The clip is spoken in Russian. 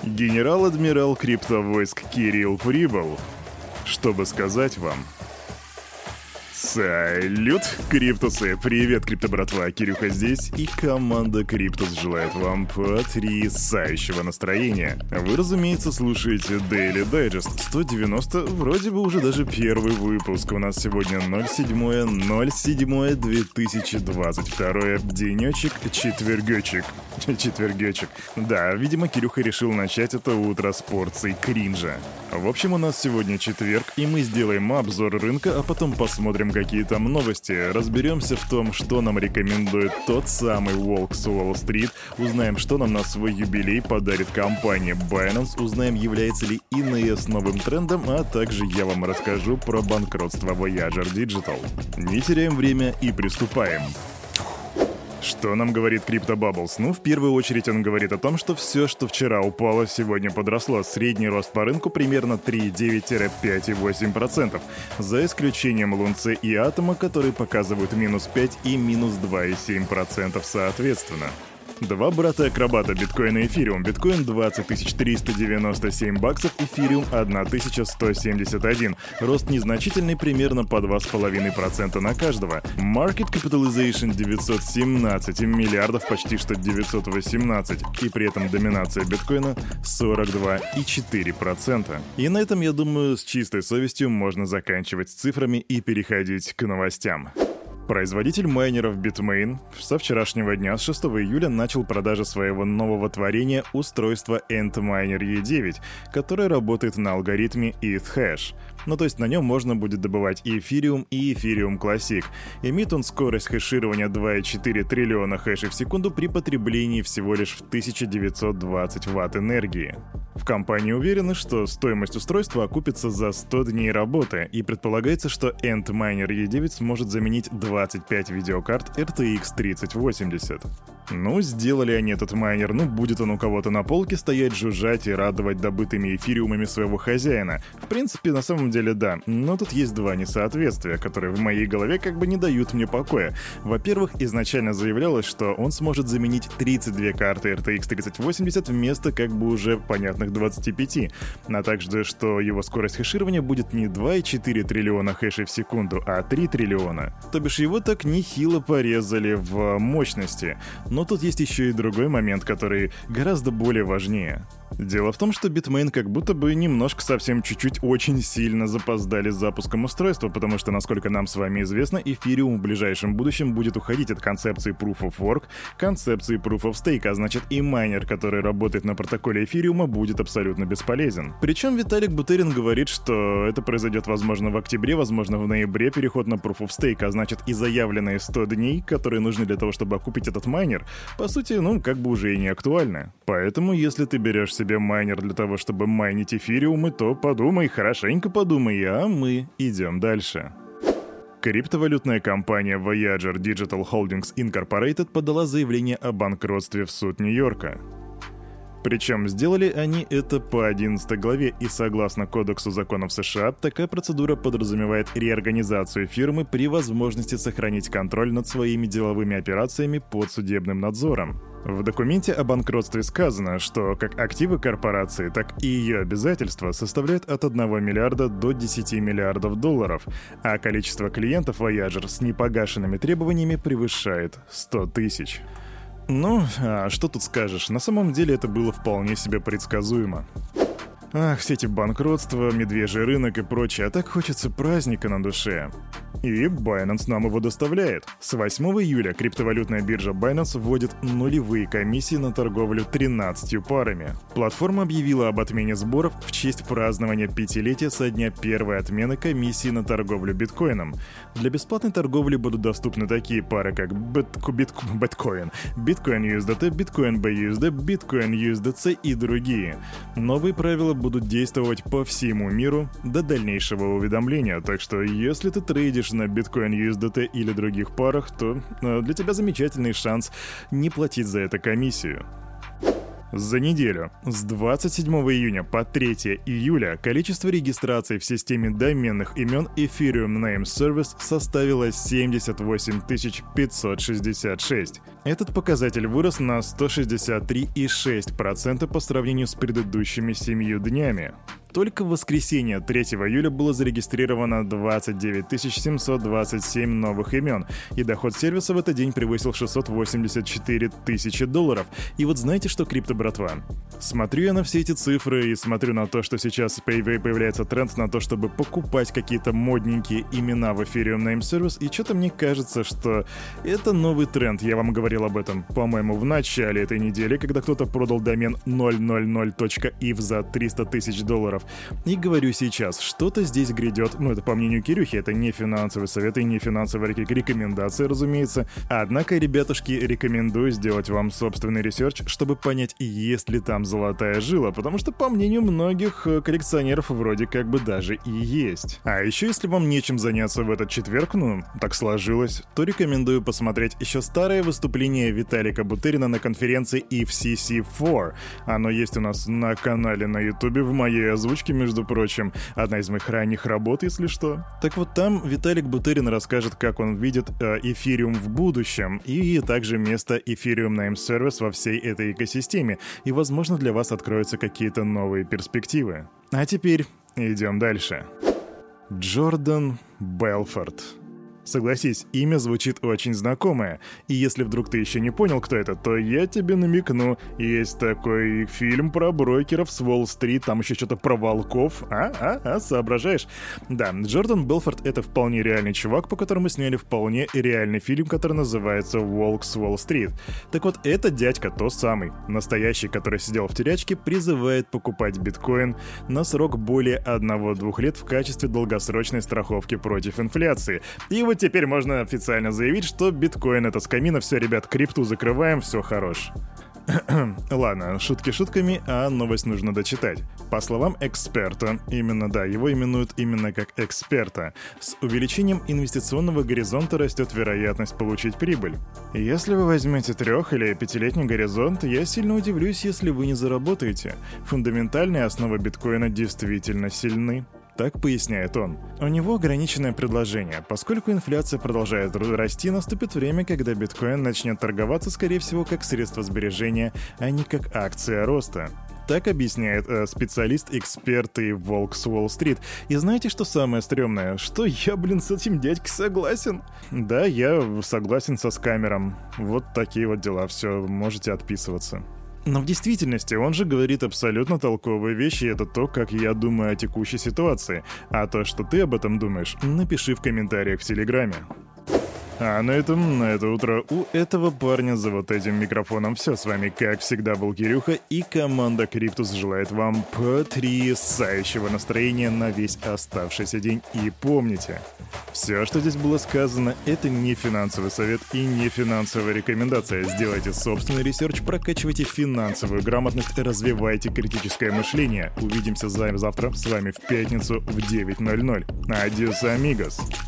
Генерал-адмирал криптовойск Кирилл прибыл, чтобы сказать вам... Салют, Криптусы! Привет, крипто-братва! Кирюха здесь, и команда Криптус желает вам потрясающего настроения. Вы, разумеется, слушаете Daily Digest 190, вроде бы уже даже первый выпуск. У нас сегодня 07.07.2022, денечек, четвергечек. Да, видимо, Кирюха решил начать это утро с порцией кринжа. В общем, у нас сегодня четверг, и мы сделаем обзор рынка, а потом посмотрим, какие там новости. Разберемся в том, что нам рекомендует тот самый Волк с Уолл-стрит. Узнаем, что нам на свой юбилей подарит компания Binance. Узнаем, является ли INS новым трендом, а также я вам расскажу про банкротство Voyager Digital. Не теряем время и приступаем. Что нам говорит Crypto Bubbles? Ну, в первую очередь он говорит о том, что все, что вчера упало, сегодня подросло. Средний рост по рынку примерно 3,9-5,8%, за исключением Лунцы и Атома, которые показывают минус 5 и минус 2,7% соответственно. Два брата-акробата, биткоин и эфириум. Биткоин 20 397 баксов, эфириум 1171. Рост незначительный, примерно по 2,5% на каждого. Market capitalization 917 миллиардов, почти что 918. И при этом доминация биткоина 42,4%. И на этом, я думаю, с чистой совестью можно заканчивать с цифрами и переходить к новостям. Производитель майнеров Bitmain со вчерашнего дня, с 6 июля, начал продажи своего нового творения устройства Antminer E9, которое работает на алгоритме ETH-Hash. Ну то есть на нем можно будет добывать и эфириум, и эфириум Classic. Имеет он скорость хэширования 2,4 триллиона хэшей в секунду при потреблении всего лишь в 1920 Вт энергии. В компании уверены, что стоимость устройства окупится за 100 дней работы, и предполагается, что Antminer E9 сможет заменить 25 видеокарт RTX 3080. Ну, сделали они этот майнер, ну будет он у кого-то на полке стоять, жужжать и радовать добытыми эфириумами своего хозяина. В принципе, на самом деле да, но тут есть два несоответствия, которые в моей голове как бы не дают мне покоя. Во-первых, изначально заявлялось, что он сможет заменить 32 карты RTX 3080 вместо как бы уже понятных 25, а также, что его скорость хэширования будет не 2,4 триллиона хэшей в секунду, а 3 триллиона. То бишь его так нехило порезали в мощности. Но тут есть еще и другой момент, который гораздо более важнее. Дело в том, что Bitmain как будто бы немножко совсем чуть-чуть очень сильно запоздали с запуском устройства, потому что, насколько нам с вами известно, эфириум в ближайшем будущем будет уходить от концепции Proof of Work к концепции Proof of Stake, а значит и майнер, который работает на протоколе эфириума, будет абсолютно бесполезен. Причем Виталик Бутерин говорит, что это произойдет возможно в октябре, возможно в ноябре переход на Proof of Stake, а значит и заявленные 100 дней, которые нужны для того, чтобы окупить этот майнер, по сути, ну, как бы уже и не актуальны. Поэтому, если ты берешь себе майнер для того, чтобы майнить эфириумы, то подумай, хорошенько подумай, а мы идем дальше. Криптовалютная компания Voyager Digital Holdings Incorporated подала заявление о банкротстве в суд Нью-Йорка. Причем сделали они это по 11 главе, и согласно Кодексу законов США, такая процедура подразумевает реорганизацию фирмы при возможности сохранить контроль над своими деловыми операциями под судебным надзором. В документе о банкротстве сказано, что как активы корпорации, так и ее обязательства составляют от 1 миллиарда до 10 миллиардов долларов, а количество клиентов Voyager с непогашенными требованиями превышает 100 тысяч. Ну, а что тут скажешь, на самом деле это было вполне себе предсказуемо. Ах, все эти банкротства, медвежий рынок и прочее, а так хочется праздника на душе. И Binance нам его доставляет. С 8 июля криптовалютная биржа Binance вводит нулевые комиссии на торговлю 13 парами. Платформа объявила об отмене сборов в честь празднования 5-летия со дня первой отмены комиссии на торговлю биткоином. Для бесплатной торговли будут доступны такие пары, как Bitcoin, Bitcoin USDT, Bitcoin BUSD, Bitcoin USDC и другие. Новые правила будут действовать по всему миру до дальнейшего уведомления, так что если ты трейдишь на Bitcoin USDT или других парах, то для тебя замечательный шанс не платить за это комиссию. За неделю с 27 июня по 3 июля количество регистраций в системе доменных имен Ethereum Name Service составило 78 566. Этот показатель вырос на 163,6% по сравнению с предыдущими 7 днями. Только в воскресенье 3 июля было зарегистрировано 29 727 новых имен, и доход сервиса в этот день превысил $684 тысячи. И вот знаете что, крипто-братва? Смотрю я на все эти цифры и смотрю на то, что сейчас появляется тренд на то, чтобы покупать какие-то модненькие имена в Ethereum Name Service, и что-то мне кажется, что это новый тренд. Я вам говорил об этом, по-моему, в начале этой недели, когда кто-то продал домен 000.if за $300 тысяч. И говорю сейчас, что-то здесь грядет, это по мнению Кирюхи, это не финансовый совет и не финансовая рекомендация, разумеется. Однако, ребятушки, рекомендую сделать вам собственный ресерч, чтобы понять, есть ли там золотая жила, потому что, по мнению многих коллекционеров, вроде как бы даже и есть. А еще, если вам нечем заняться в этот четверг, так сложилось, то рекомендую посмотреть еще старое выступление Виталика Бутерина на конференции FCC4. Оно есть у нас на канале на Ютубе в моей озвучке, между прочим, одна из моих ранних работ, если что. Так вот, там Виталик Бутерин расскажет, как он видит эфириум в будущем, и также место Ethereum Name Service во всей этой экосистеме, и, возможно, для вас откроются какие-то новые перспективы. А теперь идем дальше. Джордан Белфорд. Согласись, имя звучит очень знакомое. И если вдруг ты еще не понял, кто это, то я тебе намекну. Есть такой фильм про брокеров с Уолл-стрит, там еще что-то про волков. Соображаешь? Да, Джордан Белфорд — это вполне реальный чувак, по которому сняли вполне реальный фильм, который называется «Волк с Уолл-стрит». Так вот, этот дядька, тот самый, настоящий, который сидел в тюрячке, призывает покупать биткоин на срок более 1-2 лет в качестве долгосрочной страховки против инфляции. И вот теперь можно официально заявить, что биткоин — это скамина, все, ребят, крипту закрываем, все хорош. Ладно, шутки шутками, а новость нужно дочитать. По словам эксперта, его именуют именно как эксперта, с увеличением инвестиционного горизонта растет вероятность получить прибыль. Если вы возьмете 3- или 5-летний горизонт, я сильно удивлюсь, если вы не заработаете. Фундаментальные основы биткоина действительно сильны. Так поясняет он. У него ограниченное предложение. Поскольку инфляция продолжает расти, наступит время, когда биткоин начнет торговаться, скорее всего, как средство сбережения, а не как акция роста. Так объясняет специалист-эксперт и волк с Уолл-стрит. И знаете, что самое стрёмное? Что я, с этим дядькой согласен. Да, я согласен со скамером. Вот такие вот дела. Все, можете отписываться. Но в действительности он же говорит абсолютно толковые вещи, и это то, как я думаю о текущей ситуации. А то, что ты об этом думаешь, напиши в комментариях в Телеграме. А на это утро у этого парня за вот этим микрофоном все. С вами, как всегда, был Кирюха, и команда Криптус желает вам потрясающего настроения на весь оставшийся день. И помните, все, что здесь было сказано, это не финансовый совет и не финансовая рекомендация. Сделайте собственный ресерч, прокачивайте финансовую грамотность, развивайте критическое мышление. Увидимся завтра с вами в пятницу в 9:00. Адьос, амигос.